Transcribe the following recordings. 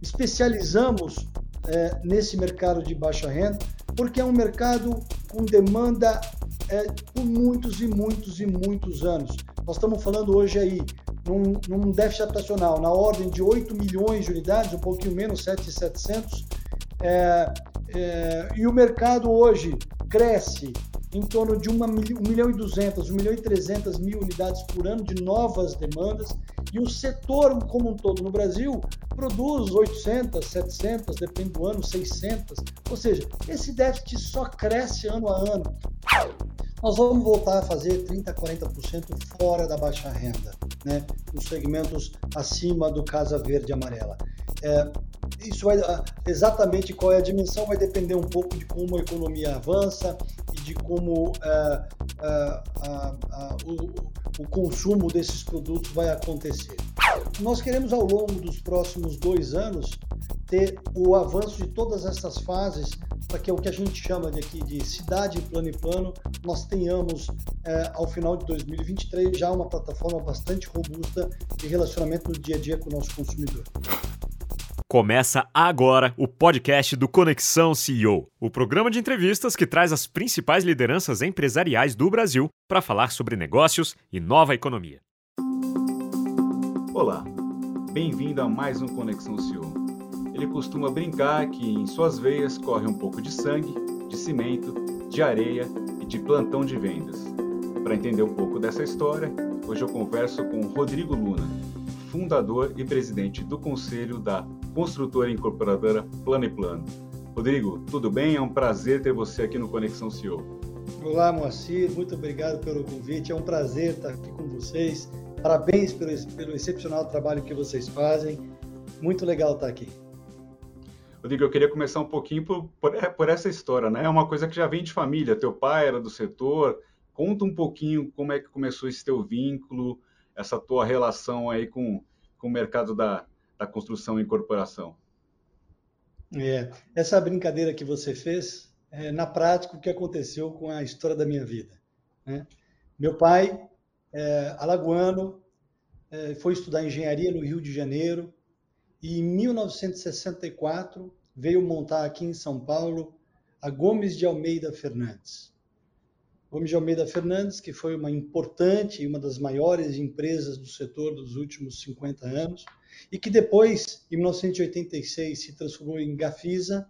especializamos nesse mercado de baixa renda, porque é um mercado com demanda por muitos e muitos e muitos anos. Nós estamos falando hoje aí num déficit habitacional na ordem de 8 milhões de unidades, um pouquinho menos, 7.700, e o mercado hoje cresce em torno de 1.200.000, 1.300.000 unidades por ano de novas demandas, e o setor como um todo no Brasil produz 800, 700, depende do ano, 600, ou seja, esse déficit só cresce ano a ano. Nós vamos voltar a fazer 30%, 40% fora da baixa renda, né? Nos segmentos acima do Casa Verde e Amarela. Isso vai, exatamente qual é a dimensão, vai depender um pouco de como a economia avança e de como o consumo desses produtos vai acontecer. Nós queremos, ao longo dos próximos 2 anos, ter o avanço de todas essas fases para que o que a gente chama de cidade plano e plano, nós tenhamos, ao final de 2023, já uma plataforma bastante robusta de relacionamento no dia a dia com o nosso consumidor. Começa agora o podcast do Conexão CEO, o programa de entrevistas que traz as principais lideranças empresariais do Brasil para falar sobre negócios e nova economia. Olá, bem-vindo a mais um Conexão CEO. Ele costuma brincar que em suas veias corre um pouco de sangue, de cimento, de areia e de plantão de vendas. Para entender um pouco dessa história, hoje eu converso com Rodrigo Luna, fundador e presidente do conselho da construtora e incorporadora Plano e Plano. Rodrigo, tudo bem? É um prazer ter você aqui no Conexão CEO. Olá, Moacir, muito obrigado pelo convite. É um prazer estar aqui com vocês. Parabéns pelo excepcional trabalho que vocês fazem. Muito legal estar aqui. Rodrigo, eu queria começar um pouquinho por essa história, né? É uma coisa que já vem de família. Teu pai era do setor. Conta um pouquinho como é que começou esse teu vínculo, essa tua relação aí com o mercado da construção e incorporação. Essa brincadeira que você fez é, na prática, o que aconteceu com a história da minha vida, né? Meu pai, alagoano, foi estudar engenharia no Rio de Janeiro e, em 1964, veio montar aqui em São Paulo a Gomes de Almeida Fernandes. Gomes de Almeida Fernandes, que foi uma importante e uma das maiores empresas do setor dos últimos 50 anos, e que depois, em 1986, se transformou em Gafisa,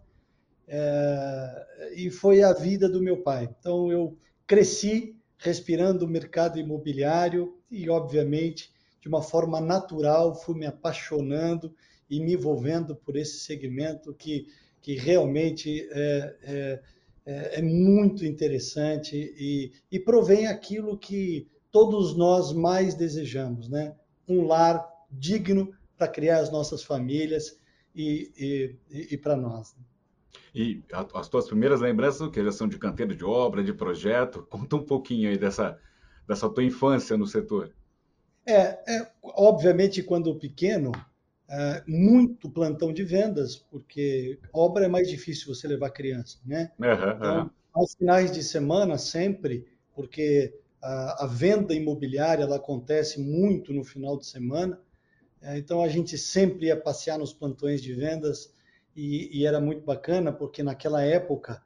e foi a vida do meu pai. Então, eu cresci respirando o mercado imobiliário e, obviamente, de uma forma natural, fui me apaixonando e me envolvendo por esse segmento que realmente é muito interessante e provém aquilo que todos nós mais desejamos, né? Um lar digno para criar as nossas famílias e para nós. E as tuas primeiras lembranças do que? Já são de canteiro de obra, de projeto? Conta um pouquinho aí dessa tua infância no setor. Obviamente, quando pequeno, muito plantão de vendas, porque obra é mais difícil você levar criança, né? Então, aos finais de semana, sempre, porque a venda imobiliária ela acontece muito no final de semana, então a gente sempre ia passear nos plantões de vendas e era muito bacana, porque naquela época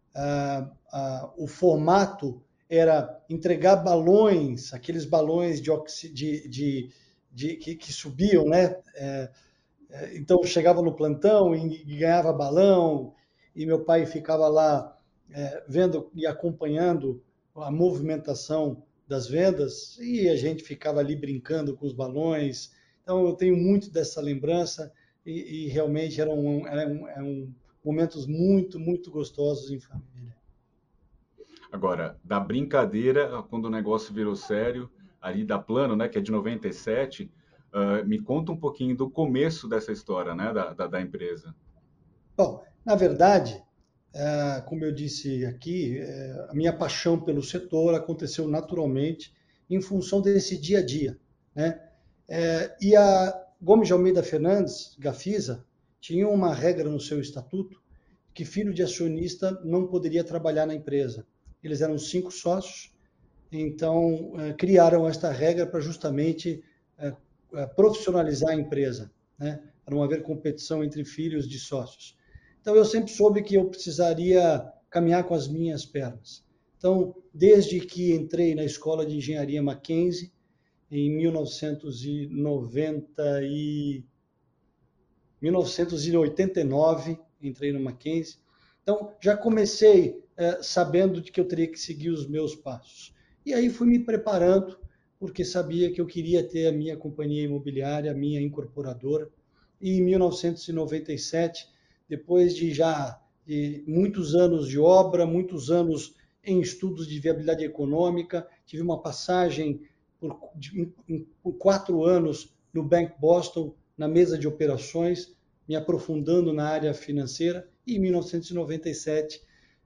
o formato era entregar balões, aqueles balões que subiam, né? Então, chegava no plantão e ganhava balão, e meu pai ficava lá vendo e acompanhando a movimentação das vendas, e a gente ficava ali brincando com os balões. Então, eu tenho muito dessa lembrança, e realmente eram momentos muito, muito gostosos em família. Agora, da brincadeira, quando o negócio virou sério, ali da Plano, né, que é de 97, me conta um pouquinho do começo dessa história, né, da empresa. Bom, na verdade, como eu disse aqui, a minha paixão pelo setor aconteceu naturalmente em função desse dia a dia, né? E a Gomes de Almeida Fernandes, Gafisa, tinha uma regra no seu estatuto que filho de acionista não poderia trabalhar na empresa. Eles eram 5 sócios, então criaram esta regra para justamente profissionalizar a empresa, né? para não haver competição entre filhos de sócios. Então, eu sempre soube que eu precisaria caminhar com as minhas pernas. Então, desde que entrei na Escola de Engenharia Mackenzie, em 1989, entrei no Mackenzie. Então, já comecei sabendo de que eu teria que seguir os meus passos. E aí fui me preparando, porque sabia que eu queria ter a minha companhia imobiliária, a minha incorporadora. E em 1997, depois de muitos anos de obra, muitos anos em estudos de viabilidade econômica, tive uma passagem por 4 anos no Bank Boston, na mesa de operações, me aprofundando na área financeira, e em 1997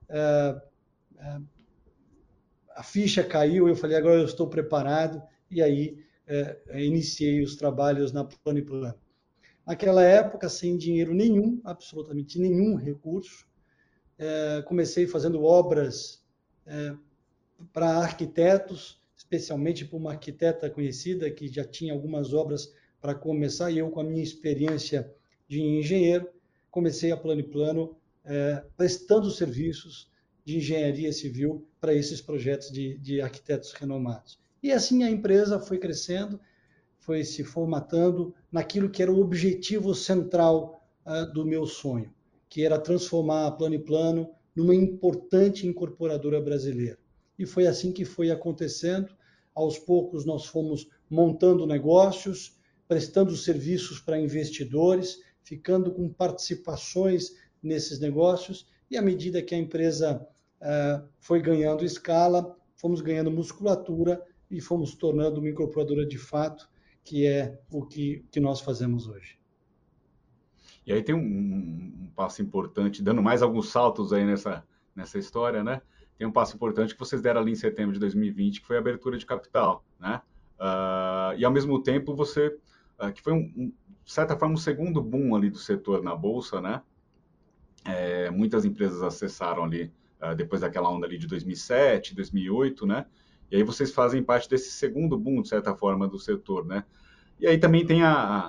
a ficha caiu, eu falei, agora eu estou preparado, e aí iniciei os trabalhos na Plano & Plano. Naquela época, sem dinheiro nenhum, absolutamente nenhum recurso, comecei fazendo obras para arquitetos, especialmente para uma arquiteta conhecida que já tinha algumas obras para começar, e eu, com a minha experiência de engenheiro, comecei a Plano & Plano prestando serviços de engenharia civil para esses projetos de arquitetos renomados. E assim a empresa foi crescendo, foi se formatando naquilo que era o objetivo central do meu sonho, que era transformar a Plano & Plano numa importante incorporadora brasileira. E foi assim que foi acontecendo. Aos poucos nós fomos montando negócios, prestando serviços para investidores, ficando com participações nesses negócios, e à medida que a empresa foi ganhando escala, fomos ganhando musculatura e fomos tornando uma incorporadora de fato, que é o que nós fazemos hoje. E aí tem um passo importante, dando mais alguns saltos aí nessa história, né? Tem um passo importante que vocês deram ali em setembro de 2020, que foi a abertura de capital, né? E ao mesmo tempo que foi de certa forma um segundo boom ali do setor na bolsa, né? Muitas empresas acessaram ali depois daquela onda ali de 2007, 2008, né? E aí vocês fazem parte desse segundo boom, de certa forma, do setor, né? E aí também tem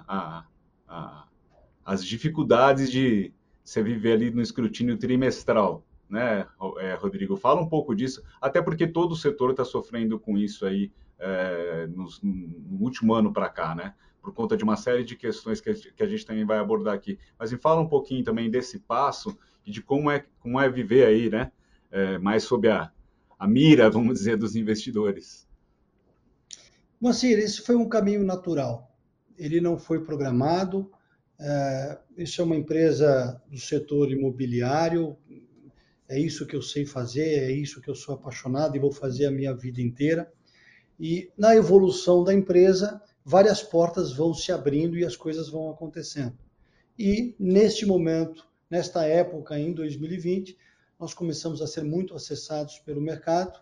as dificuldades de você viver ali no escrutínio trimestral, né, Rodrigo? Fala um pouco disso, até porque todo o setor está sofrendo com isso aí no último ano para cá, né? Por conta de uma série de questões que a gente também vai abordar aqui. Mas me fala um pouquinho também desse passo e de como é viver aí, né? Mais sob a mira, vamos dizer, dos investidores. Moacir, esse foi um caminho natural. Ele não foi programado. Isso é uma empresa do setor imobiliário. É isso que eu sei fazer, é isso que eu sou apaixonado e vou fazer a minha vida inteira. E na evolução da empresa, várias portas vão se abrindo e as coisas vão acontecendo. E neste momento, nesta época, em 2020, nós começamos a ser muito acessados pelo mercado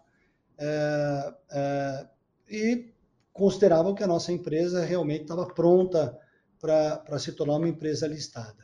e consideravam que a nossa empresa realmente estava pronta para se tornar uma empresa listada.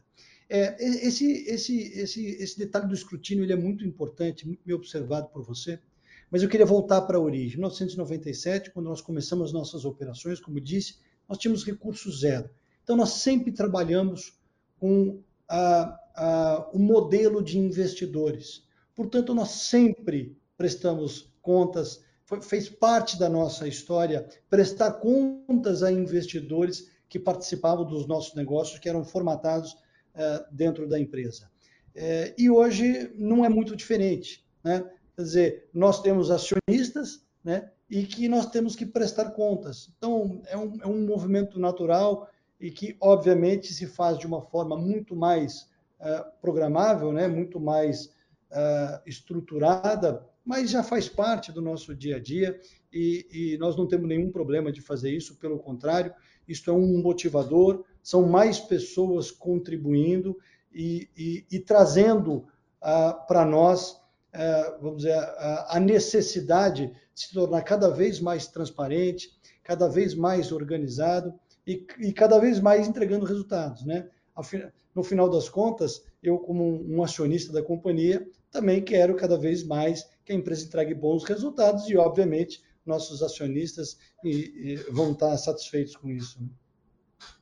Esse detalhe do escrutínio ele é muito importante, muito bem observado por você, mas eu queria voltar para a origem. Em 1997, quando nós começamos nossas operações, como disse, nós tínhamos recurso zero. Então, nós sempre trabalhamos com o modelo de investidores. Portanto, nós sempre prestamos contas, fez parte da nossa história prestar contas a investidores que participavam dos nossos negócios, que eram formatados dentro da empresa. E hoje não é muito diferente, né? Quer dizer, nós temos acionistas, né? E que nós temos que prestar contas. Então, é um movimento natural e que, obviamente, se faz de uma forma muito mais programável, né? Muito mais estruturada, mas já faz parte do nosso dia a dia e nós não temos nenhum problema de fazer isso, pelo contrário, isto é um motivador, são mais pessoas contribuindo e trazendo para nós, vamos dizer, a necessidade de se tornar cada vez mais transparente, cada vez mais organizado e cada vez mais entregando resultados, né? No final das contas, eu, como um acionista da companhia, também quero cada vez mais que a empresa entregue bons resultados e, obviamente, nossos acionistas vão estar satisfeitos com isso, né?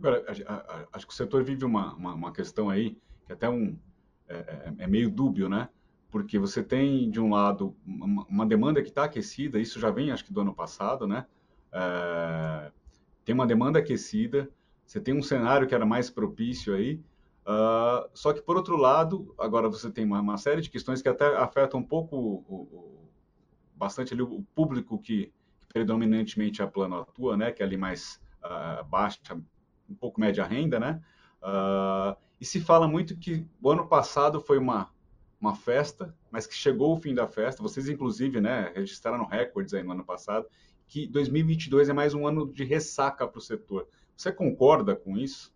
Agora, acho que o setor vive uma questão aí que até é meio dúbio, né? Porque você tem, de um lado, uma demanda que está aquecida, isso já vem, acho que do ano passado, né? Tem uma demanda aquecida, você tem um cenário que era mais propício aí, só que, por outro lado, agora você tem uma série de questões que até afetam um pouco, bastante ali o público que predominantemente a Plano atua, né? Que é ali mais baixa, um pouco média renda, né? E se fala muito que o ano passado foi uma festa, mas que chegou o fim da festa. Vocês, inclusive, né, registraram recordes aí no ano passado, que 2022 é mais um ano de ressaca para o setor. Você concorda com isso?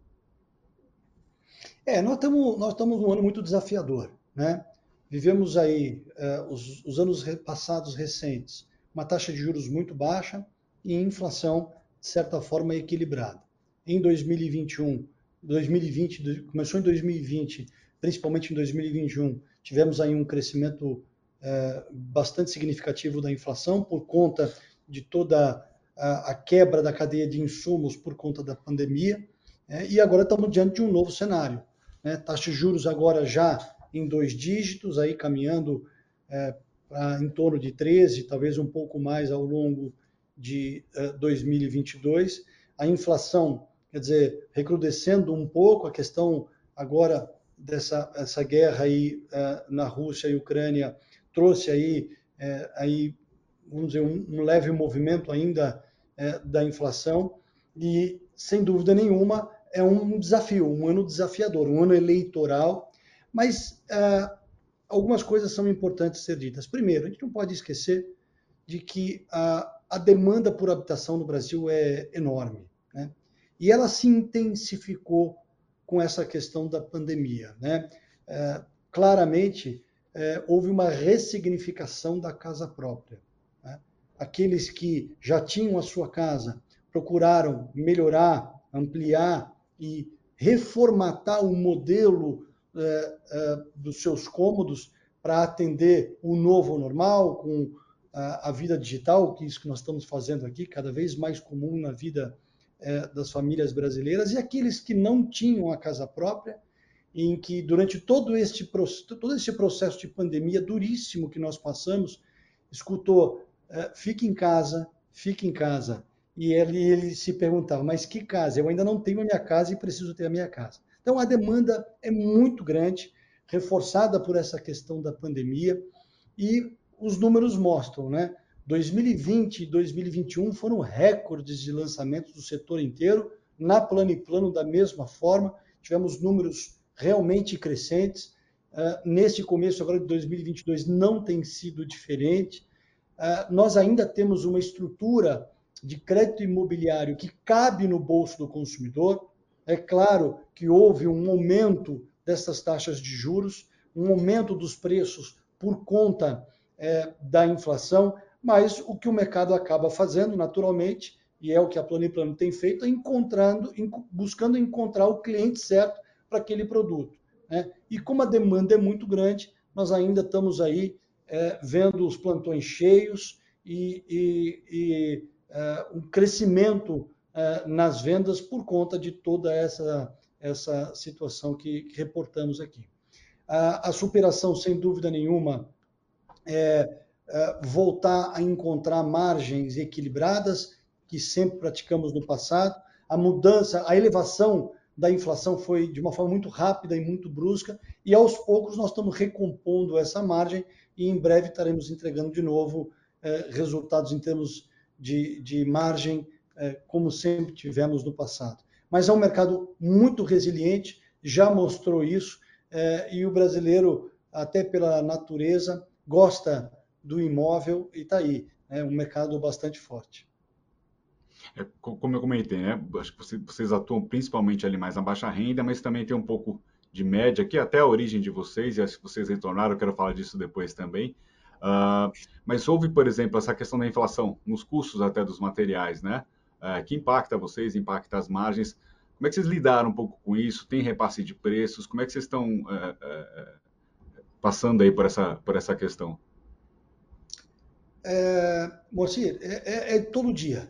Nós estamos num ano muito desafiador, né? Vivemos aí os anos passados recentes, uma taxa de juros muito baixa e inflação, de certa forma, equilibrada. Em 2021, 2020, começou em 2020, principalmente em 2021, tivemos aí um crescimento bastante significativo da inflação por conta de toda a quebra da cadeia de insumos por conta da pandemia, e agora estamos diante de um novo cenário, né? Taxa de juros agora já em 2 dígitos, aí caminhando em torno de 13, talvez um pouco mais ao longo de 2022. A inflação, quer dizer, recrudescendo um pouco, a questão agora dessa guerra aí na Rússia e Ucrânia trouxe aí vamos dizer, um leve movimento ainda da inflação e, sem dúvida nenhuma, é um desafio, um ano desafiador, um ano eleitoral, mas algumas coisas são importantes ser ditas. Primeiro, a gente não pode esquecer de que a demanda por habitação no Brasil é enorme, né? E ela se intensificou com essa questão da pandemia, né? Claramente, houve uma ressignificação da casa própria, né? Aqueles que já tinham a sua casa procuraram melhorar, ampliar e reformatar o modelo dos seus cômodos para atender o novo normal, com a vida digital, que é isso que nós estamos fazendo aqui, cada vez mais comum na vida das famílias brasileiras, e aqueles que não tinham a casa própria, em que durante todo este processo de pandemia duríssimo que nós passamos, escutou, fique em casa, fique em casa. E ele se perguntava, mas que casa? Eu ainda não tenho a minha casa e preciso ter a minha casa. Então, a demanda é muito grande, reforçada por essa questão da pandemia, e os números mostram, né? 2020 e 2021 foram recordes de lançamentos do setor inteiro, na Plano e Plano da mesma forma, tivemos números realmente crescentes. Neste começo agora de 2022 não tem sido diferente. Nós ainda temos uma estrutura de crédito imobiliário que cabe no bolso do consumidor. É claro que houve um aumento dessas taxas de juros, um aumento dos preços por conta da inflação, mas o que o mercado acaba fazendo, naturalmente, e é o que a Plano e Plano tem feito, é buscando encontrar o cliente certo para aquele produto, né? E como a demanda é muito grande, nós ainda estamos aí vendo os plantões cheios e um crescimento nas vendas por conta de toda essa situação que reportamos aqui. A superação, sem dúvida nenhuma, voltar a encontrar margens equilibradas, que sempre praticamos no passado. A mudança, a elevação da inflação foi de uma forma muito rápida e muito brusca, e aos poucos nós estamos recompondo essa margem e em breve estaremos entregando de novo resultados em termos de margem, como sempre tivemos no passado. Mas é um mercado muito resiliente, já mostrou isso, e o brasileiro, até pela natureza, gosta do imóvel e está aí, né? Um mercado bastante forte. Como eu comentei, né? Acho que vocês atuam principalmente ali mais na baixa renda, mas também tem um pouco de média, que é até a origem de vocês, e acho que vocês retornaram, eu quero falar disso depois também. Mas houve, por exemplo, essa questão da inflação nos custos até dos materiais, né? Que impacta vocês, impacta as margens. Como é que vocês lidaram um pouco com isso? Tem repasse de preços? Como é que vocês estão passando aí por essa questão? Moacir, todo dia.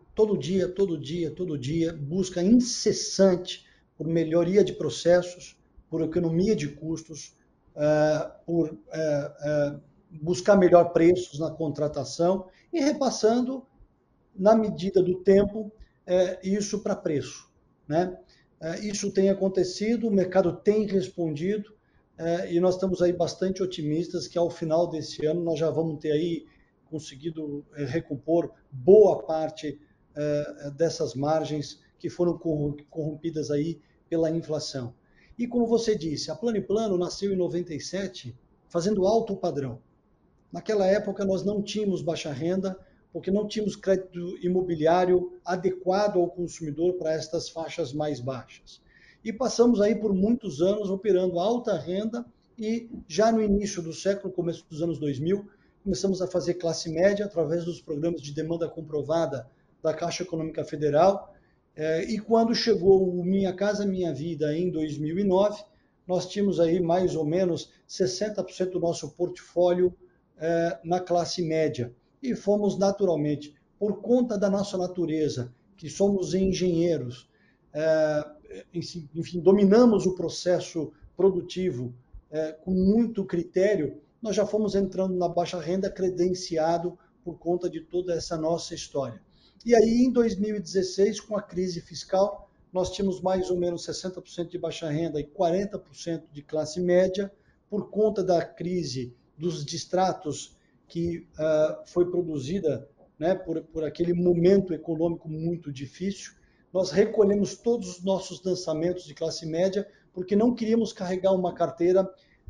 todo dia, busca incessante por melhoria de processos, por economia de custos, por buscar melhor preços na contratação e repassando, na medida do tempo, isso para preço, né? Isso tem acontecido, o mercado tem respondido, e nós estamos aí bastante otimistas que ao final desse ano nós já vamos ter aí conseguido recompor boa parte dessas margens que foram corrompidas aí pela inflação. E como você disse, a Plano e Plano nasceu em 97, fazendo alto padrão. Naquela época nós não tínhamos baixa renda, porque não tínhamos crédito imobiliário adequado ao consumidor para estas faixas mais baixas. E passamos aí por muitos anos operando alta renda e já no início do século, começo dos anos 2000, começamos a fazer classe média através dos programas de demanda comprovada da Caixa Econômica Federal. E quando chegou o Minha Casa Minha Vida em 2009, nós tínhamos aí mais ou menos 60% do nosso portfólio na classe média. E fomos naturalmente, por conta da nossa natureza, que somos engenheiros, enfim, dominamos o processo produtivo com muito critério, nós já fomos entrando na baixa renda credenciado por conta de toda essa nossa história. E aí, em 2016, com a crise fiscal, nós tínhamos mais ou menos 60% de baixa renda e 40% de classe média, por conta da crise dos distratos que foi produzida, né, por aquele momento econômico muito difícil. Nós recolhemos todos os nossos lançamentos de classe média porque não queríamos carregar uma carteira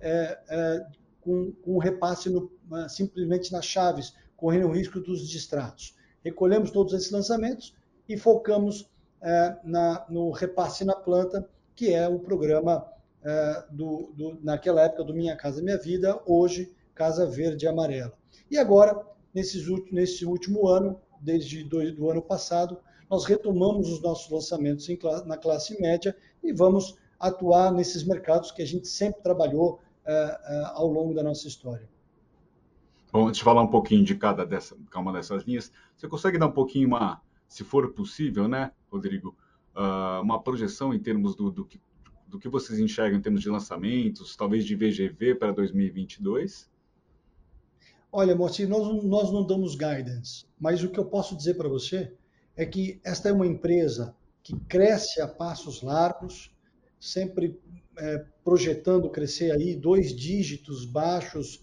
com repasse simplesmente nas chaves, correndo o risco dos distratos. Recolhemos todos esses lançamentos e focamos no repasse na planta, que é o programa naquela época do Minha Casa Minha Vida, hoje Casa Verde e Amarela. E agora, nesse último ano, desde do ano passado, nós retomamos os nossos lançamentos na classe média e vamos atuar nesses mercados que a gente sempre trabalhou ao longo da nossa história. Bom, antes de falar um pouquinho de cada uma dessas linhas, você consegue dar um pouquinho se for possível, né, Rodrigo, uma projeção em termos do que vocês enxergam em termos de lançamentos, talvez de VGV para 2022? Olha, Moacir, nós não damos guidance, mas o que eu posso dizer para você é que esta é uma empresa que cresce a passos largos, sempre projetando crescer aí 2 dígitos baixos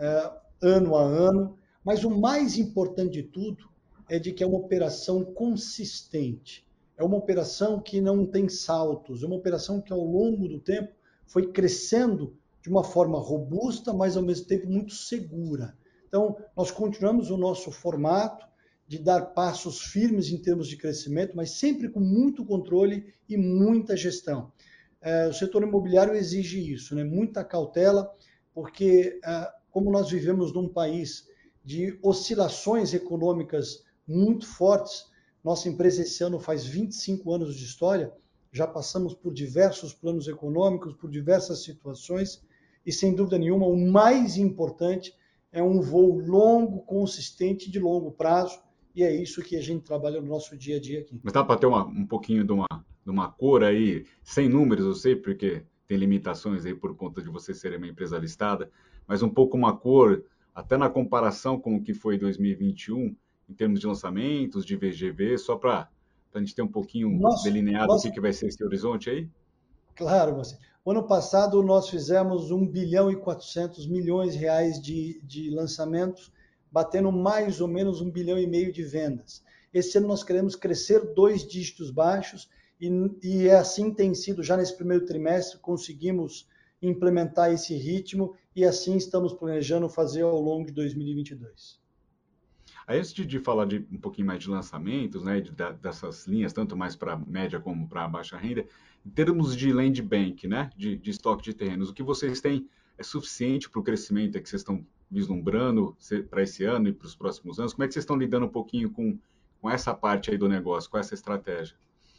ano a ano, mas o mais importante de tudo é de que é uma operação consistente, é uma operação que não tem saltos, é uma operação que ao longo do tempo foi crescendo de uma forma robusta, mas ao mesmo tempo muito segura. Então, nós continuamos o nosso formato de dar passos firmes em termos de crescimento, mas sempre com muito controle e muita gestão. O setor imobiliário exige isso, né? Muita cautela, porque como nós vivemos num país de oscilações econômicas muito fortes, nossa empresa esse ano faz 25 anos de história, já passamos por diversos planos econômicos, por diversas situações, e sem dúvida nenhuma, o mais importante é um voo longo, consistente, de longo prazo, e é isso que a gente trabalha no nosso dia a dia aqui. Mas dá para ter um pouquinho de uma cor aí, sem números, eu sei, porque tem limitações aí por conta de você ser uma empresa listada, mas um pouco uma cor, até na comparação com o que foi 2021, em termos de lançamentos, de VGV, só para a gente ter um pouquinho delineado o que vai ser esse horizonte aí? Claro, você. O ano passado nós fizemos 1 bilhão e 400 milhões de reais de lançamentos, batendo mais ou menos 1,5 bilhão de vendas. Esse ano nós queremos crescer 2 dígitos baixos e assim tem sido já nesse primeiro trimestre, conseguimos implementar esse ritmo e assim estamos planejando fazer ao longo de 2022. Aí, antes de falar um pouquinho mais de lançamentos, né, dessas linhas, tanto mais para média como para baixa renda, em termos de land bank, né, de estoque de terrenos, o que vocês têm é suficiente para o crescimento que vocês estão vislumbrando para esse ano e para os próximos anos? Como é que vocês estão lidando um pouquinho com essa parte aí do negócio, com essa estratégia?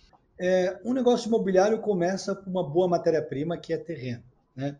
Um negócio imobiliário começa com uma boa matéria-prima, que é terreno, né?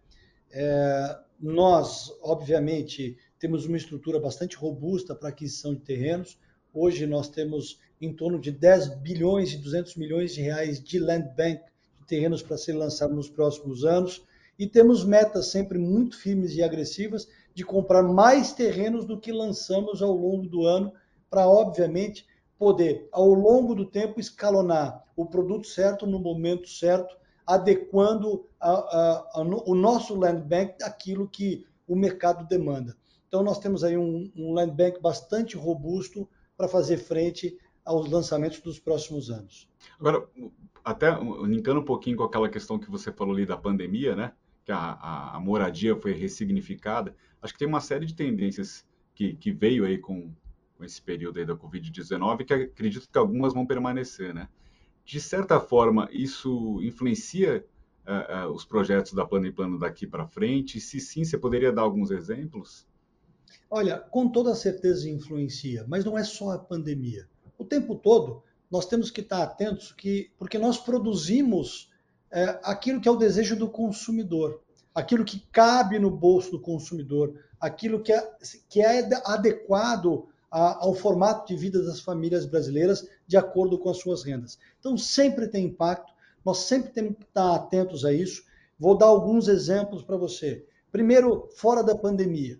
Nós, obviamente, temos uma estrutura bastante robusta para aquisição de terrenos. Hoje nós temos em torno de 10 bilhões e 200 milhões de reais de land bank, de terrenos para ser lançado nos próximos anos, e temos metas sempre muito firmes e agressivas de comprar mais terrenos do que lançamos ao longo do ano, para, obviamente, poder, ao longo do tempo, escalonar o produto certo no momento certo, adequando o nosso land bank àquilo que o mercado demanda. Então, nós temos aí um land bank bastante robusto para fazer frente aos lançamentos dos próximos anos. Agora, até linkando um pouquinho com aquela questão que você falou ali da pandemia, né? Que a moradia foi ressignificada. Acho que tem uma série de tendências que veio aí com esse período aí da Covid-19, que acredito que algumas vão permanecer, né? De certa forma, isso influencia os projetos da Plano & Plano daqui para frente? Se sim, você poderia dar alguns exemplos? Olha, com toda certeza influencia, mas não é só a pandemia. O tempo todo nós temos que estar atentos, porque nós produzimos aquilo que é o desejo do consumidor, aquilo que cabe no bolso do consumidor, aquilo que é adequado ao formato de vida das famílias brasileiras de acordo com as suas rendas. Então, sempre tem impacto, nós sempre temos que estar atentos a isso. Vou dar alguns exemplos para você. Primeiro, fora da pandemia.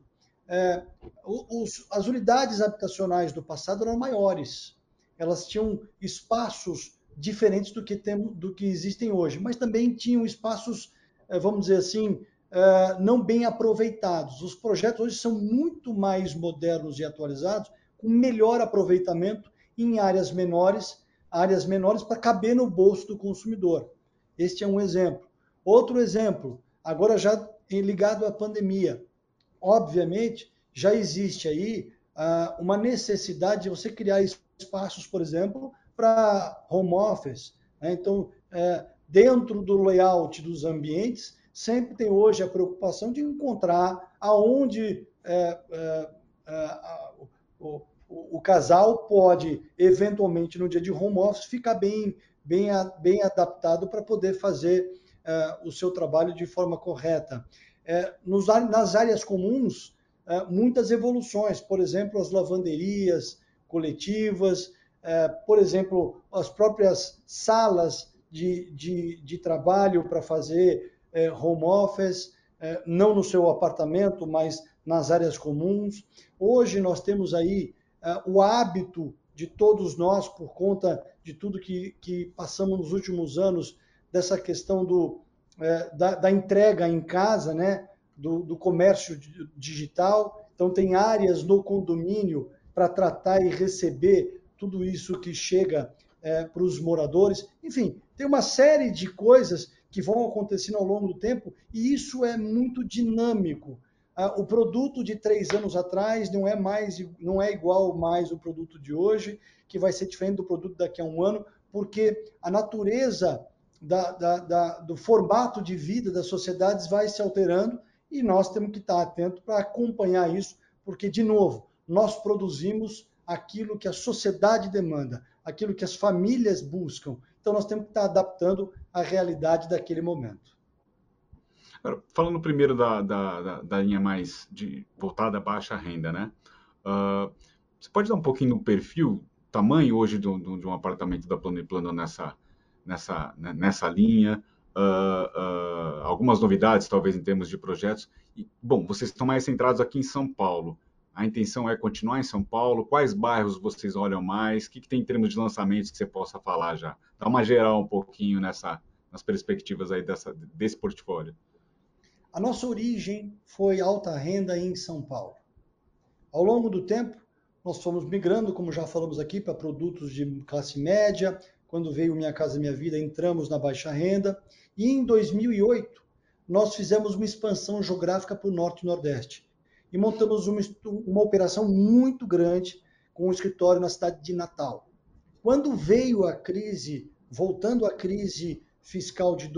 As unidades habitacionais do passado eram maiores, elas tinham espaços diferentes do que existem hoje, mas também tinham espaços, vamos dizer assim, não bem aproveitados. Os projetos hoje são muito mais modernos e atualizados, com melhor aproveitamento em áreas menores para caber no bolso do consumidor. Este é um exemplo. Outro exemplo, agora já ligado à pandemia, obviamente, já existe aí uma necessidade de você criar espaços, por exemplo, para home office, né? Então, dentro do layout dos ambientes, sempre tem hoje a preocupação de encontrar aonde o casal pode, eventualmente, no dia de home office, ficar bem adaptado para poder fazer o seu trabalho de forma correta. Nas áreas comuns, muitas evoluções, por exemplo, as lavanderias coletivas, por exemplo, as próprias salas de trabalho para fazer home office, não no seu apartamento, mas nas áreas comuns. Hoje nós temos aí o hábito de todos nós, por conta de tudo que passamos nos últimos anos, dessa questão da entrega em casa, né? Do comércio digital. Então, tem áreas no condomínio para tratar e receber tudo isso que chega para os moradores. Enfim, tem uma série de coisas que vão acontecendo ao longo do tempo e isso é muito dinâmico. O produto de 3 anos atrás não é igual mais o produto de hoje, que vai ser diferente do produto daqui a um ano, porque a natureza do formato de vida das sociedades vai se alterando e nós temos que estar atentos para acompanhar isso, porque, de novo, nós produzimos aquilo que a sociedade demanda, aquilo que as famílias buscam. Então, nós temos que estar adaptando à realidade daquele momento. Falando primeiro da linha mais voltada à baixa renda, né? Você pode dar um pouquinho do perfil, tamanho hoje de um apartamento da Plano & Plano nessa linha? Algumas novidades, talvez, em termos de projetos. Bom, vocês estão mais centrados aqui em São Paulo. A intenção é continuar em São Paulo? Quais bairros vocês olham mais? O que tem em termos de lançamentos que você possa falar já? Dá uma geral um pouquinho nas perspectivas aí desse portfólio. A nossa origem foi alta renda em São Paulo. Ao longo do tempo, nós fomos migrando, como já falamos aqui, para produtos de classe média. Quando veio Minha Casa Minha Vida, entramos na baixa renda. E em 2008, nós fizemos uma expansão geográfica para o Norte e Nordeste. E montamos uma operação muito grande com um escritório na cidade de Natal. Quando veio a crise, voltando à crise fiscal de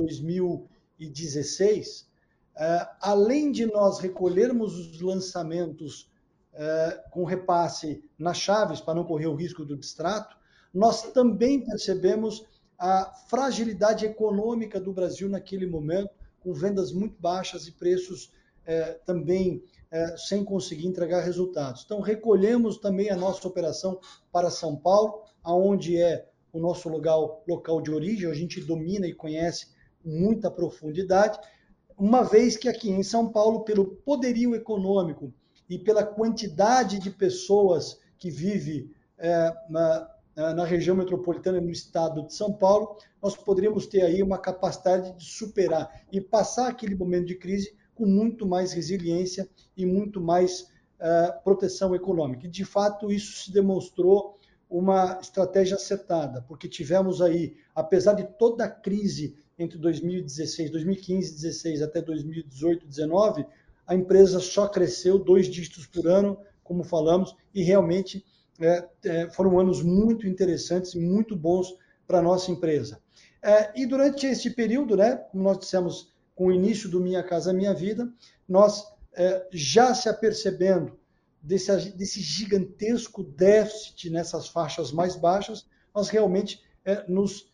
2016, além de nós recolhermos os lançamentos com repasse nas chaves, para não correr o risco do distrato, nós também percebemos a fragilidade econômica do Brasil naquele momento, com vendas muito baixas e preços também sem conseguir entregar resultados. Então, recolhemos também a nossa operação para São Paulo, aonde é o nosso local de origem, a gente domina e conhece com muita profundidade, uma vez que aqui em São Paulo, pelo poderio econômico e pela quantidade de pessoas que vive na região metropolitana, no estado de São Paulo, nós poderíamos ter aí uma capacidade de superar e passar aquele momento de crise com muito mais resiliência e muito mais proteção econômica. E, de fato, isso se demonstrou uma estratégia acertada, porque tivemos aí, apesar de toda a crise entre 2016, 2015, 16 até 2018, 19, a empresa só cresceu 2 dígitos por ano, como falamos, e realmente foram anos muito interessantes e muito bons para a nossa empresa. E durante esse período, né, como nós dissemos, com o início do Minha Casa Minha Vida, nós já se apercebendo desse gigantesco déficit nessas faixas mais baixas, nós realmente nos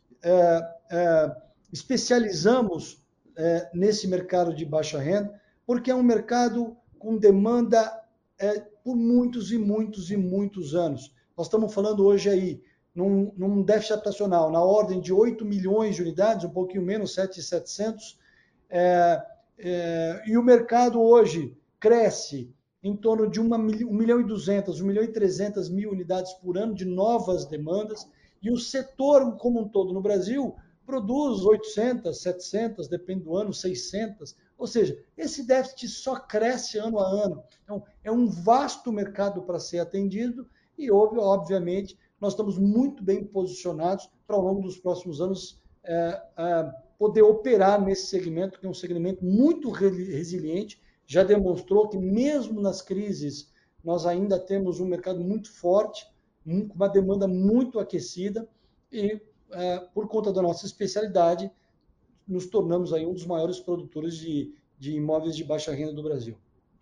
especializamos nesse mercado de baixa renda, porque é um mercado com demanda por muitos e muitos e muitos anos. Nós estamos falando hoje aí num déficit habitacional na ordem de 8 milhões de unidades, um pouquinho menos, 7.700, e o mercado hoje cresce em torno de 1,2 milhão, 1,3 milhão unidades por ano de novas demandas, e o setor como um todo no Brasil produz 800, 700, depende do ano, 600, ou seja, esse déficit só cresce ano a ano. Então, é um vasto mercado para ser atendido e, obviamente, nós estamos muito bem posicionados para, ao longo dos próximos anos, poder operar nesse segmento, que é um segmento muito resiliente, já demonstrou que mesmo nas crises nós ainda temos um mercado muito forte, com uma demanda muito aquecida e, por conta da nossa especialidade, nos tornamos aí um dos maiores produtores de imóveis de baixa renda do Brasil.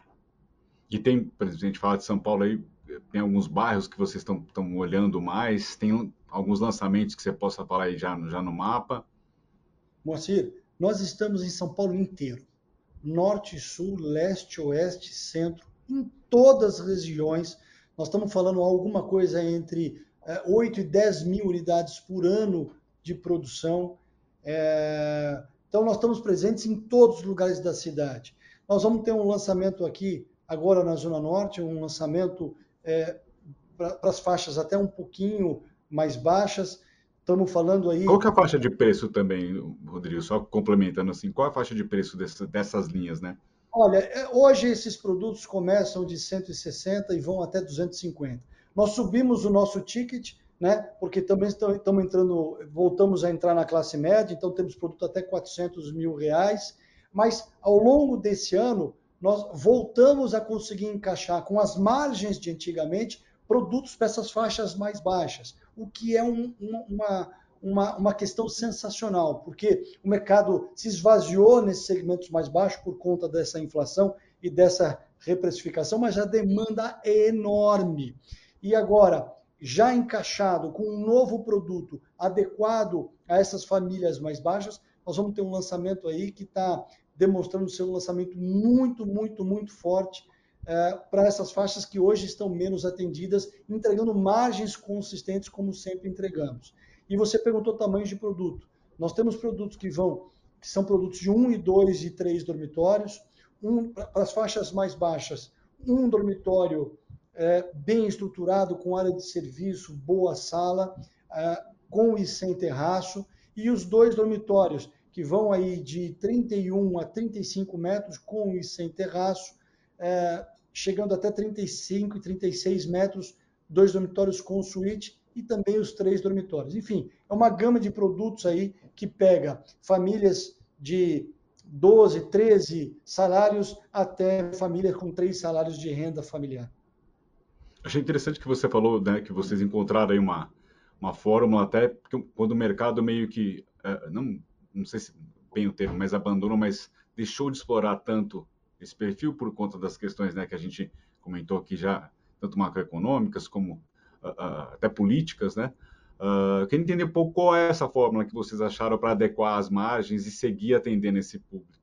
E tem, por exemplo, a gente fala de São Paulo aí, tem alguns bairros que vocês estão olhando mais, tem alguns lançamentos que você possa falar aí já no mapa? Moacir, nós estamos em São Paulo inteiro. Norte, sul, leste, oeste, centro, em todas as regiões. Nós estamos falando alguma coisa entre 8 e 10 mil unidades por ano de produção. Então, nós estamos presentes em todos os lugares da cidade. Nós vamos ter um lançamento aqui, agora na Zona Norte, um lançamento para as faixas até um pouquinho mais baixas. Estamos falando aí... Qual que é a faixa de preço também, Rodrigo? Só complementando assim, qual é a faixa de preço dessas linhas, né? Olha, hoje esses produtos começam de 160 e vão até 250. Nós subimos o nosso ticket, né? Porque também estamos entrando, voltamos a entrar na classe média, então temos produto até 400 mil reais. Mas ao longo desse ano, nós voltamos a conseguir encaixar com as margens de antigamente produtos para essas faixas mais baixas, o que é uma questão sensacional, porque o mercado se esvaziou nesses segmentos mais baixos por conta dessa inflação e dessa reprecificação, mas a demanda é enorme. E agora, já encaixado com um novo produto adequado a essas famílias mais baixas, nós vamos ter um lançamento aí que está demonstrando ser um lançamento muito, muito, muito forte para essas faixas que hoje estão menos atendidas, entregando margens consistentes como sempre entregamos. E você perguntou tamanhos de produto. Nós temos produtos que são produtos de 1, 2 e 3 dormitórios, para as faixas mais baixas, um dormitório bem estruturado, com área de serviço, boa sala, com e sem terraço, e os 2 dormitórios, que vão aí de 31 a 35 metros, com e sem terraço, chegando até 35 e 36 metros, 2 dormitórios com suíte e também os 3 dormitórios. Enfim, é uma gama de produtos aí que pega famílias de 12, 13 salários até famílias com 3 salários de renda familiar. Achei interessante que você falou, né, que vocês encontraram aí uma fórmula, até quando o mercado meio que, não sei se bem o termo, mas abandonou, mas deixou de explorar tanto esse perfil por conta das questões, né, que a gente comentou aqui já, tanto macroeconômicas como até políticas, né? Queria entender um pouco qual é essa fórmula que vocês acharam para adequar as margens e seguir atendendo esse público.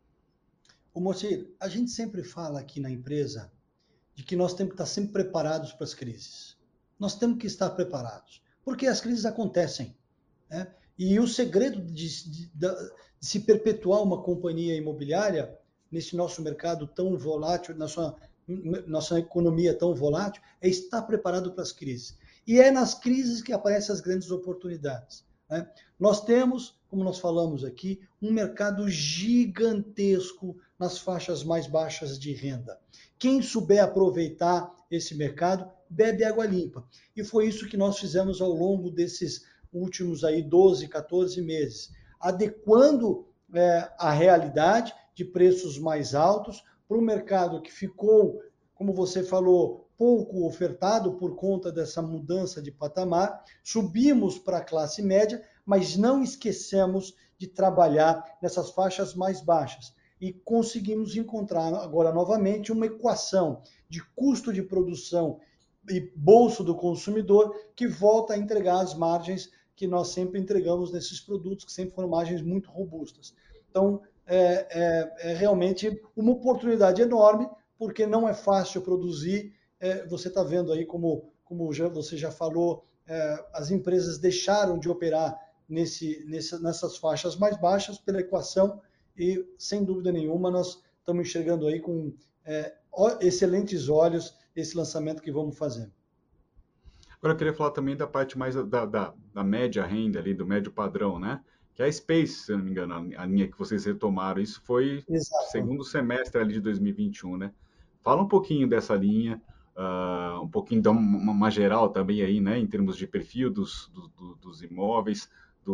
Moacir, a gente sempre fala aqui na empresa de que nós temos que estar sempre preparados para as crises. Nós temos que estar preparados, Porque as crises acontecem, né? E o segredo de se perpetuar uma companhia imobiliária nesse nosso mercado tão volátil, nossa economia tão volátil, é estar preparado para as crises. E é nas crises que aparecem as grandes oportunidades, né? Nós temos, como nós falamos aqui, um mercado gigantesco nas faixas mais baixas de renda. Quem souber aproveitar esse mercado, bebe água limpa. E foi isso que nós fizemos ao longo desses últimos aí 12, 14 meses, adequando a realidade de preços mais altos para um mercado que ficou, como você falou, pouco ofertado por conta dessa mudança de patamar. Subimos para a classe média, mas não esquecemos de trabalhar nessas faixas mais baixas. E conseguimos encontrar agora novamente uma equação de custo de produção e bolso do consumidor que volta a entregar as margens que nós sempre entregamos nesses produtos, que sempre foram margens muito robustas. Então, é realmente uma oportunidade enorme, porque não é fácil produzir. Você está vendo aí, como você já falou, as empresas deixaram de operar nessas faixas mais baixas pela equação e, sem dúvida nenhuma, nós estamos enxergando aí com excelentes olhos esse lançamento que vamos fazer. Agora eu queria falar também da parte mais da média renda ali, do médio padrão, né? Que é a Space, se eu não me engano, a linha que vocês retomaram. Isso foi Exato. Segundo semestre ali de 2021, né? Fala um pouquinho dessa linha, um pouquinho, dá uma geral também aí, né? Em termos de perfil dos imóveis,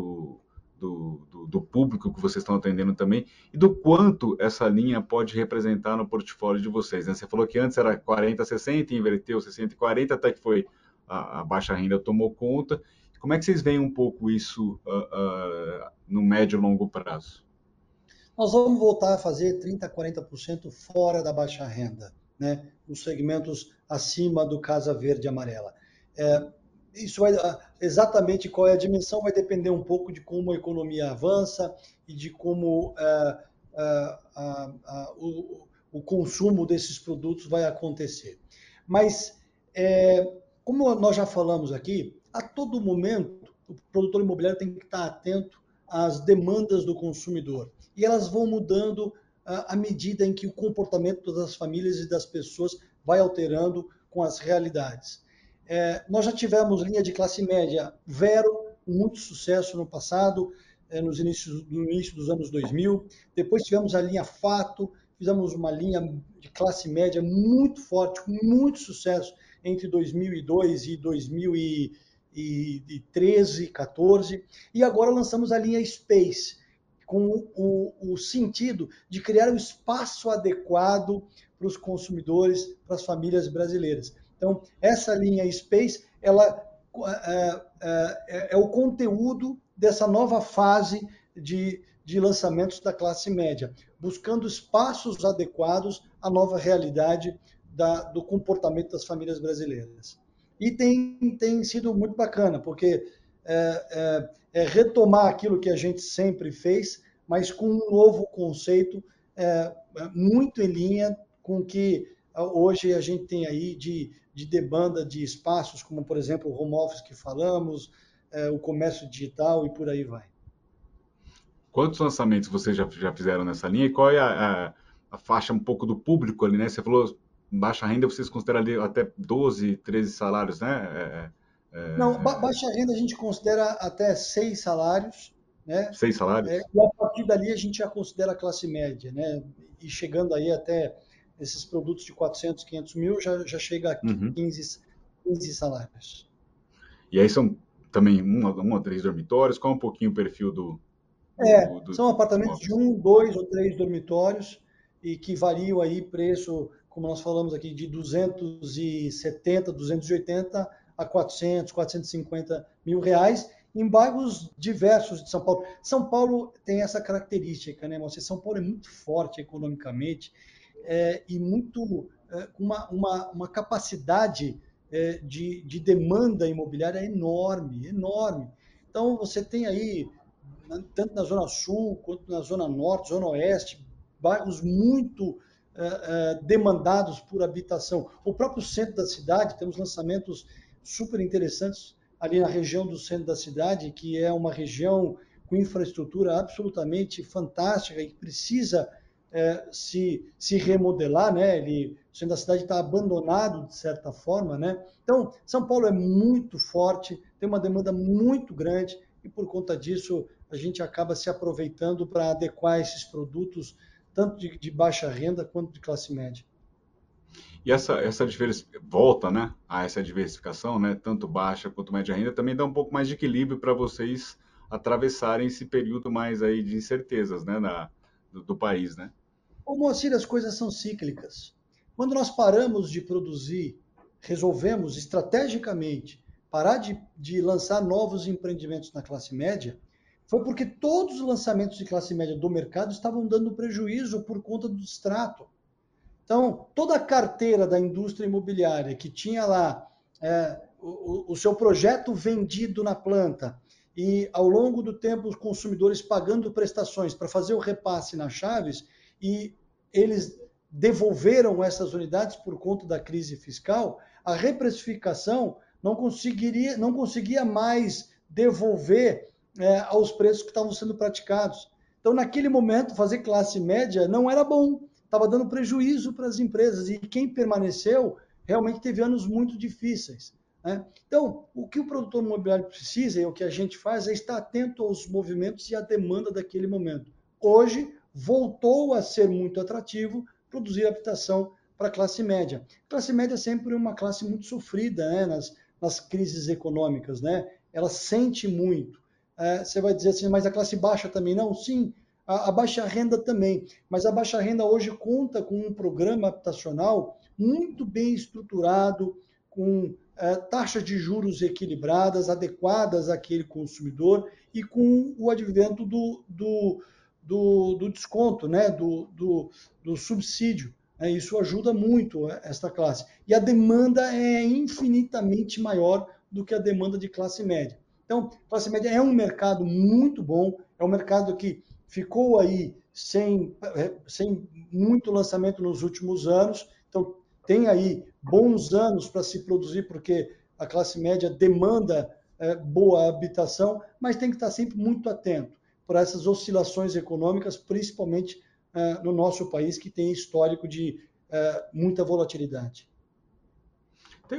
do público que vocês estão atendendo também, e do quanto essa linha pode representar no portfólio de vocês, né? Você falou que antes era 40-60, inverteu 60-40, até que foi a baixa renda tomou conta. Como é que vocês veem um pouco isso no médio e longo prazo? Nós vamos voltar a fazer 30%, 40% fora da baixa renda, né? Os segmentos acima do Casa Verde e Amarela. Isso vai, exatamente qual é a dimensão vai depender um pouco de como a economia avança e de como o consumo desses produtos vai acontecer. Mas, como nós já falamos aqui, a todo momento o produtor imobiliário tem que estar atento às demandas do consumidor. E elas vão mudando à medida em que o comportamento das famílias e das pessoas vai alterando com as realidades. Nós já tivemos linha de classe média Vero, com muito sucesso no passado, no início dos anos 2000. Depois tivemos a linha Fato, fizemos uma linha de classe média muito forte, com muito sucesso entre 2002 e 2013, 14. E agora lançamos a linha Space, com o sentido de criar um espaço adequado para os consumidores, para as famílias brasileiras. Então, essa linha Space, ela é o conteúdo dessa nova fase de lançamentos da classe média, buscando espaços adequados à nova realidade do comportamento das famílias brasileiras. E tem sido muito bacana, porque retomar aquilo que a gente sempre fez, mas com um novo conceito muito em linha com o que hoje a gente tem aí de demanda de espaços, como, por exemplo, o home office que falamos, o comércio digital e por aí vai. Quantos lançamentos vocês já fizeram nessa linha e qual é a faixa um pouco do público ali, né? Você falou baixa renda, vocês consideram ali até 12, 13 salários, né? Não, baixa renda a gente considera até 6 salários, né? 6 salários? E a partir dali a gente já considera a classe média, né? E chegando aí até esses produtos de 400, 500 mil, já chega a 15 salários. E aí são também 1 a 3 dormitórios? Qual é um pouquinho o perfil do são apartamentos de 1, 2 ou 3 dormitórios e que variam aí preço, como nós falamos aqui, de 270, 280 a 400, 450 mil reais, em bairros diversos de São Paulo. São Paulo tem essa característica, né? São Paulo é muito forte economicamente e muito uma capacidade de demanda imobiliária enorme, enorme. Então, você tem aí, tanto na Zona Sul, quanto na Zona Norte, Zona Oeste, bairros muito demandados por habitação. O próprio centro da cidade, temos lançamentos super interessantes ali na região do centro da cidade, que é uma região com infraestrutura absolutamente fantástica e que precisa se remodelar, né? O centro da cidade está abandonado de certa forma, né? Então, São Paulo é muito forte, tem uma demanda muito grande e por conta disso a gente acaba se aproveitando para adequar esses produtos tanto de baixa renda quanto de classe média. E essa volta, né, a essa diversificação, né, tanto baixa quanto média renda, também dá um pouco mais de equilíbrio para vocês atravessarem esse período mais aí de incertezas, né, do país, né? Ô, Moacir, as coisas são cíclicas. Quando nós paramos de produzir, resolvemos estrategicamente parar de lançar novos empreendimentos na classe média, foi porque todos os lançamentos de classe média do mercado estavam dando prejuízo por conta do distrato. Então, toda a carteira da indústria imobiliária que tinha lá o seu projeto vendido na planta e, ao longo do tempo, os consumidores pagando prestações para fazer o repasse nas chaves e eles devolveram essas unidades por conta da crise fiscal, a reprecificação não conseguia mais devolver aos preços que estavam sendo praticados. Então, naquele momento, fazer classe média não era bom, estava dando prejuízo para as empresas e quem permaneceu realmente teve anos muito difíceis. Né? Então, o que o produtor imobiliário precisa e o que a gente faz é estar atento aos movimentos e à demanda daquele momento. Hoje, voltou a ser muito atrativo produzir habitação para a classe média. A classe média é sempre uma classe muito sofrida, né? nas crises econômicas. Né? Ela sente muito. Você vai dizer assim, mas a classe baixa também não? Sim, a baixa renda também, mas a baixa renda hoje conta com um programa habitacional muito bem estruturado, com taxas de juros equilibradas, adequadas àquele consumidor e com o advento do desconto, né? do subsídio. Isso ajuda muito esta classe. E a demanda é infinitamente maior do que a demanda de classe média. Então, classe média é um mercado muito bom, é um mercado que ficou aí sem muito lançamento nos últimos anos, então tem aí bons anos para se produzir, porque a classe média demanda boa habitação, mas tem que estar sempre muito atento para essas oscilações econômicas, principalmente no nosso país, que tem histórico de muita volatilidade. Tem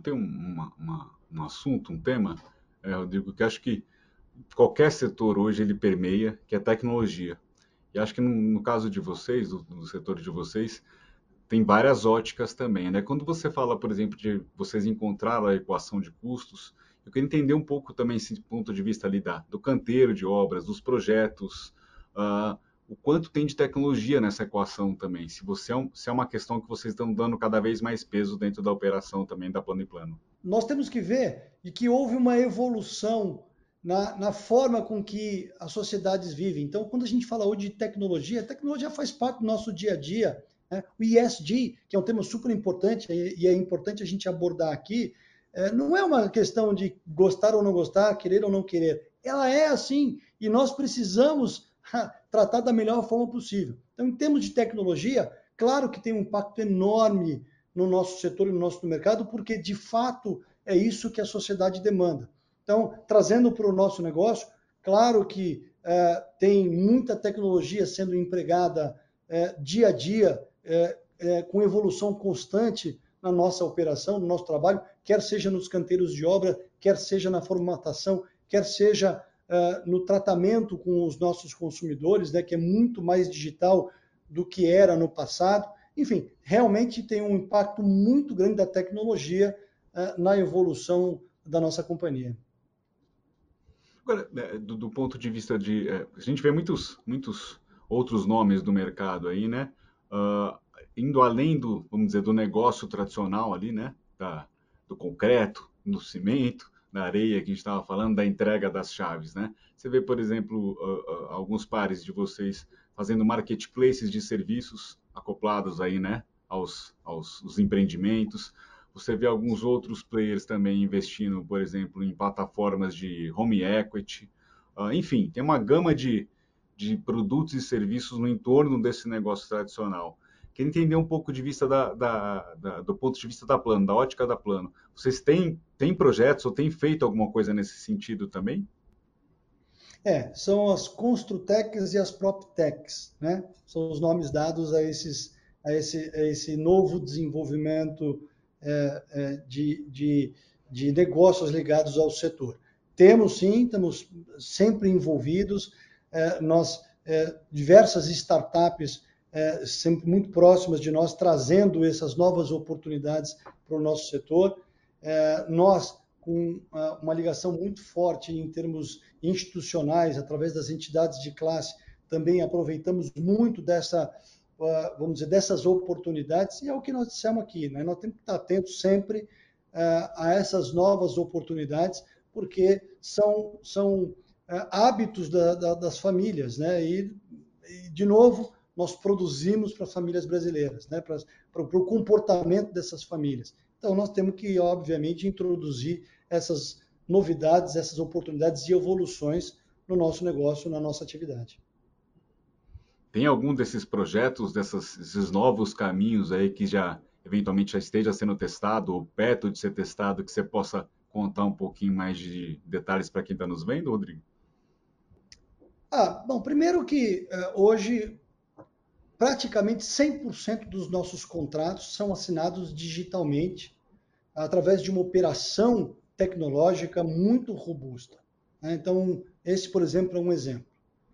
um assunto, um tema, Rodrigo, que acho que qualquer setor hoje ele permeia, que é a tecnologia. E acho que no caso de vocês, do setor de vocês, tem várias óticas também, né? Quando você fala, por exemplo, de vocês encontraram a equação de custos, eu queria entender um pouco também esse ponto de vista ali do canteiro de obras, dos projetos, o quanto tem de tecnologia nessa equação também, se é uma questão que vocês estão dando cada vez mais peso dentro da operação também da Plano e Plano. Nós temos que ver que houve uma evolução na forma com que as sociedades vivem. Então, quando a gente fala hoje de tecnologia, a tecnologia faz parte do nosso dia a dia. Né? O ESG, que é um tema super importante e é importante a gente abordar aqui, não é uma questão de gostar ou não gostar, querer ou não querer. Ela é assim e nós precisamos tratar da melhor forma possível. Então, em termos de tecnologia, claro que tem um impacto enorme no nosso setor e no nosso mercado, porque de fato é isso que a sociedade demanda. Então, trazendo para o nosso negócio, claro que tem muita tecnologia sendo empregada dia a dia, com evolução constante na nossa operação, no nosso trabalho, quer seja nos canteiros de obra, quer seja na formatação, quer seja no tratamento com os nossos consumidores, né, que é muito mais digital do que era no passado. Enfim, realmente tem um impacto muito grande da tecnologia na evolução da nossa companhia. Agora, do ponto de vista a gente vê muitos outros nomes do mercado aí, né? Indo além vamos dizer, do negócio tradicional ali, né? Do concreto, do cimento, da areia que a gente estava falando, da entrega das chaves, né? Você vê, por exemplo, alguns pares de vocês fazendo marketplaces de serviços acoplados aí, né? Aos empreendimentos. Você vê alguns outros players também investindo, por exemplo, em plataformas de home equity. Enfim, tem uma gama de produtos e serviços no entorno desse negócio tradicional. Queria entender um pouco de vista do ponto de vista da Plano, da ótica da Plano. Vocês têm projetos ou têm feito alguma coisa nesse sentido também? São as Construtechs e as PropTechs, né? São os nomes dados a esse novo desenvolvimento de negócios ligados ao setor. Temos sim, estamos sempre envolvidos, diversas startups sempre muito próximas de nós, trazendo essas novas oportunidades para o nosso setor. Nós, com uma ligação muito forte em termos institucionais, através das entidades de classe, também aproveitamos muito vamos dizer, dessas oportunidades, e é o que nós dissemos aqui, né? Nós temos que estar atentos sempre a essas novas oportunidades, porque são hábitos das famílias, né? E, de novo, nós produzimos para as famílias brasileiras, né? Para o comportamento dessas famílias. Então, nós temos que, obviamente, introduzir essas novidades, essas oportunidades e evoluções no nosso negócio, na nossa atividade. Tem algum desses projetos, desses novos caminhos aí que já eventualmente já esteja sendo testado ou perto de ser testado, que você possa contar um pouquinho mais de detalhes para quem está nos vendo, Rodrigo? Bom, primeiro que hoje praticamente 100% dos nossos contratos são assinados digitalmente, através de uma operação tecnológica muito robusta, né? Então, esse, por exemplo, é um exemplo.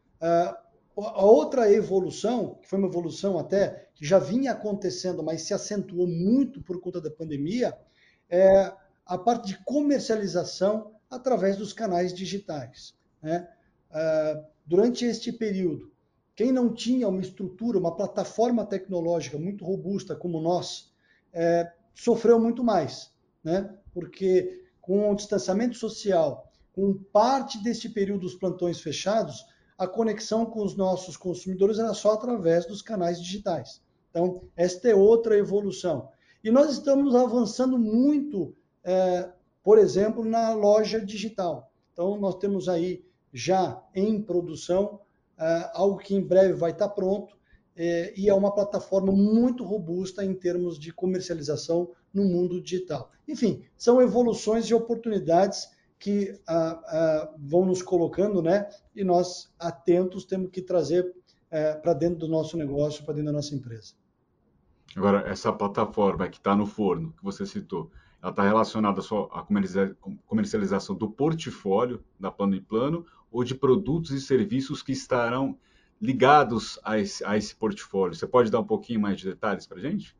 A outra evolução, que foi uma evolução até que já vinha acontecendo, mas se acentuou muito por conta da pandemia, é a parte de comercialização através dos canais digitais, né? Durante este período, quem não tinha uma estrutura, uma plataforma tecnológica muito robusta como nós, sofreu muito mais, né? Porque com o distanciamento social, com parte deste período dos plantões fechados, a conexão com os nossos consumidores era só através dos canais digitais. Então, esta é outra evolução. E nós estamos avançando muito, por exemplo, na loja digital. Então, nós temos aí já em produção algo que em breve vai estar pronto, e é uma plataforma muito robusta em termos de comercialização no mundo digital. Enfim, são evoluções e oportunidades que vão nos colocando, né? E nós, atentos, temos que trazer para dentro do nosso negócio, para dentro da nossa empresa. Agora, essa plataforma que está no forno, que você citou, ela está relacionada só à comercialização do portfólio da Plano e Plano ou de produtos e serviços que estarão ligados a esse portfólio? Você pode dar um pouquinho mais de detalhes para a gente?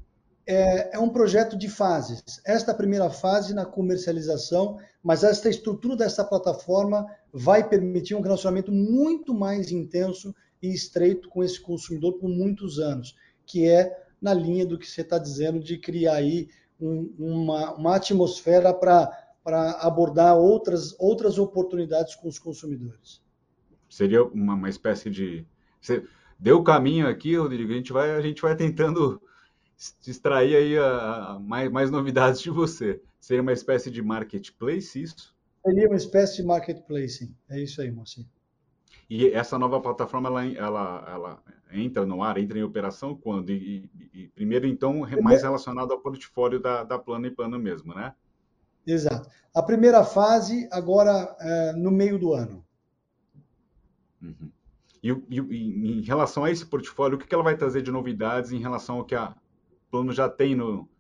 É um projeto de fases. Esta primeira fase na comercialização, mas esta estrutura dessa plataforma vai permitir um relacionamento muito mais intenso e estreito com esse consumidor por muitos anos, que é na linha do que você está dizendo de criar aí uma atmosfera para abordar outras oportunidades com os consumidores. Seria uma espécie de... Você deu o caminho aqui, Rodrigo, a gente vai tentando extrair aí mais novidades de você. Seria uma espécie de marketplace, isso? Seria uma espécie de marketplace, sim. É isso aí, Moacir. E essa nova plataforma, ela entra no ar, entra em operação quando? E primeiro, então, mais relacionado ao portfólio da Plano e Plano mesmo, né? Exato. A primeira fase, agora, no meio do ano. Uhum. E em relação a esse portfólio, o que ela vai trazer de novidades em relação ao que a Plano já tem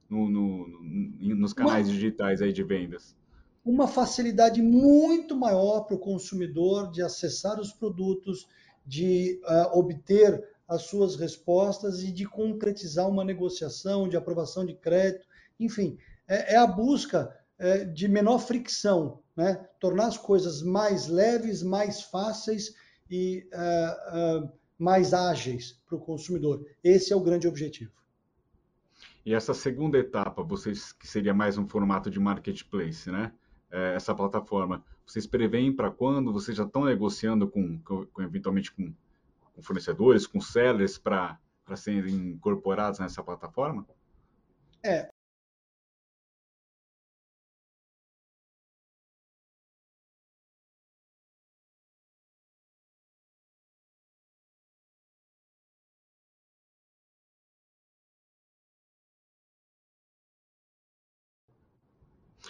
nos canais digitais aí de vendas? Uma facilidade muito maior para o consumidor de acessar os produtos, de obter as suas respostas e de concretizar uma negociação, de aprovação de crédito, enfim, é a busca de menor fricção, né? Tornar as coisas mais leves, mais fáceis e mais ágeis para o consumidor. Esse é o grande objetivo. E essa segunda etapa, vocês que seria mais um formato de marketplace, né? Essa plataforma, vocês preveem para quando? Vocês já estão negociando eventualmente com fornecedores, com sellers para serem incorporados nessa plataforma? É,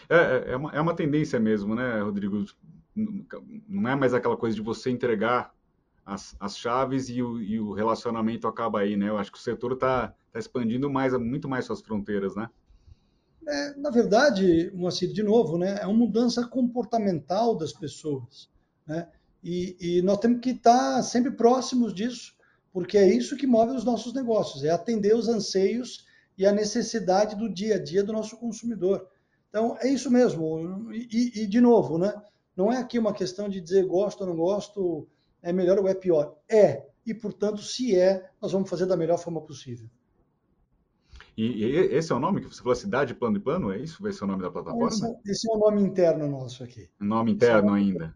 É uma tendência mesmo, né, Rodrigo? Não é mais aquela coisa de você entregar as chaves e o relacionamento acaba aí, né? Eu acho que o setor está expandindo muito mais suas fronteiras, né? Na verdade, Moacir, de novo, né, é uma mudança comportamental das pessoas, né? E nós temos que estar sempre próximos disso, porque é isso que move os nossos negócios, é atender os anseios e a necessidade do dia a dia do nosso consumidor. Então, é isso mesmo. E de novo, né, não é aqui uma questão de dizer gosto ou não gosto, é melhor ou é pior. E, portanto, se nós vamos fazer da melhor forma possível. E esse é o nome que você falou, Cidade Plano e Plano? É isso? Vai ser o nome da plataforma? Esse é o nome interno nosso aqui. Nome interno ainda.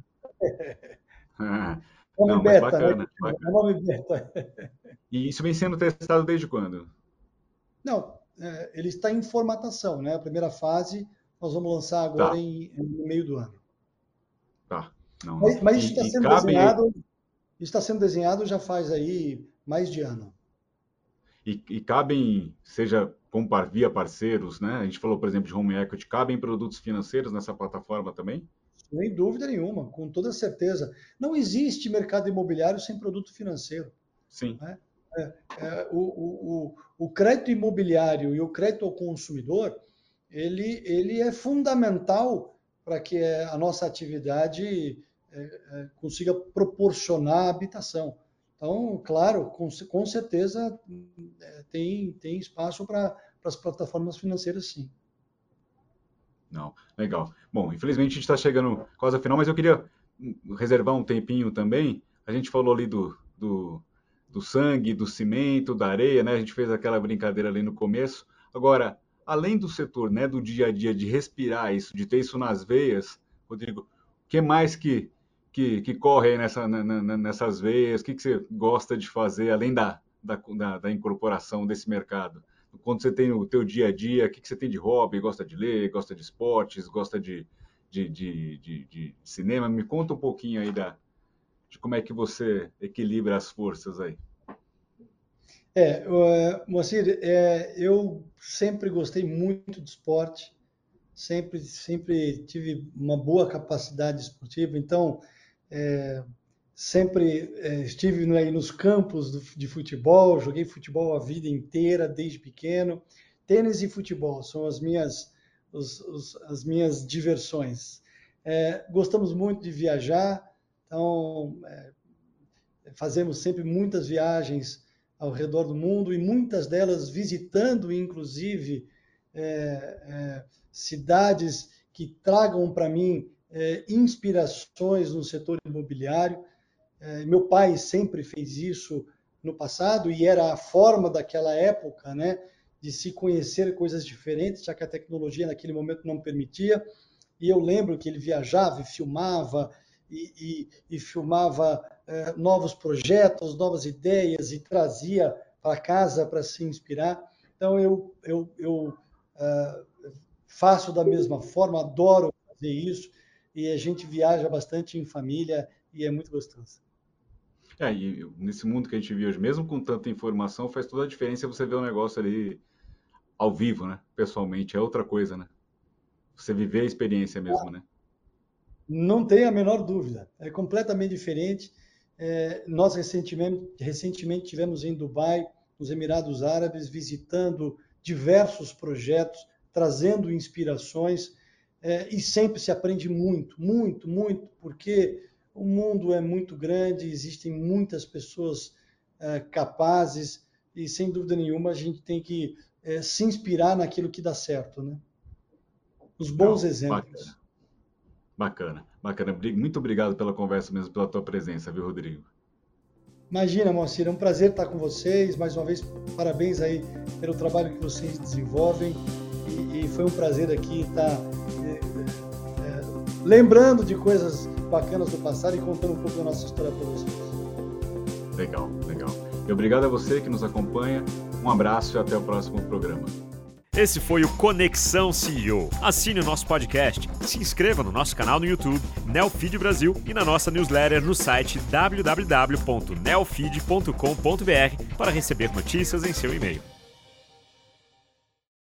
Nome não, beta, bacana, né? bacana. É nome beta. E isso vem sendo testado desde quando? Não, ele está em formatação, né? A primeira fase nós vamos lançar agora no meio do ano. Tá. Não. Mas isso está sendo desenhado. Está sendo desenhado já faz aí mais de ano. E cabem, seja via parceiros, né? A gente falou, por exemplo, de home equity, cabem produtos financeiros nessa plataforma também? Sem dúvida nenhuma, com toda certeza. Não existe mercado imobiliário sem produto financeiro. Sim. Né? O crédito imobiliário e o crédito ao consumidor, ele é fundamental para que a nossa atividade consiga proporcionar habitação. Então, claro, com certeza tem espaço para as plataformas financeiras, sim. Não, legal. Bom, infelizmente a gente está chegando quase ao final, mas eu queria reservar um tempinho também. A gente falou ali do sangue, do cimento, da areia, né? A gente fez aquela brincadeira ali no começo. Agora, além do setor, né, do dia a dia, de respirar isso, de ter isso nas veias, Rodrigo, o que mais que corre aí nessas veias? O que você gosta de fazer, além da incorporação desse mercado? Quando você tem o teu dia a dia, o que você tem de hobby? Gosta de ler, gosta de esportes, gosta de cinema? Me conta um pouquinho aí de como é que você equilibra as forças aí. Moacir, eu sempre gostei muito de esporte, sempre tive uma boa capacidade esportiva, então sempre estive aí nos campos de futebol, joguei futebol a vida inteira, desde pequeno. Tênis e futebol são as minhas diversões. Gostamos muito de viajar, então fazemos sempre muitas viagens ao redor do mundo e muitas delas visitando, inclusive, cidades que tragam para mim inspirações no setor imobiliário. Meu pai sempre fez isso no passado e era a forma daquela época, né, de se conhecer coisas diferentes, já que a tecnologia naquele momento não permitia. E eu lembro que ele viajava e filmava, e filmava novos projetos, novas ideias e trazia para casa para se inspirar. Então, eu faço da mesma forma, adoro fazer isso, e a gente viaja bastante em família e é muito gostoso. E nesse mundo que a gente vive hoje, mesmo com tanta informação, faz toda a diferença você ver o negócio ali ao vivo, né? Pessoalmente, é outra coisa, né? Você viver a experiência mesmo, né? Não tem a menor dúvida. É completamente diferente. Nós recentemente tivemos em Dubai, nos Emirados Árabes, visitando diversos projetos, trazendo inspirações, e sempre se aprende muito, muito, muito, porque o mundo é muito grande, existem muitas pessoas capazes e, sem dúvida nenhuma, a gente tem que se inspirar naquilo que dá certo, né? Os bons exemplos. Bacana. Muito obrigado pela conversa mesmo, pela tua presença, viu, Rodrigo? Imagina, Moacir, é um prazer estar com vocês. Mais uma vez, parabéns aí pelo trabalho que vocês desenvolvem. E foi um prazer aqui estar lembrando de coisas bacanas do passado e contando um pouco da nossa história para vocês. Legal. E obrigado a você que nos acompanha. Um abraço e até o próximo programa. Esse foi o Conexão CEO. Assine o nosso podcast, se inscreva no nosso canal no YouTube, Neofeed Brasil, e na nossa newsletter no site www.neofeed.com.br para receber notícias em seu e-mail.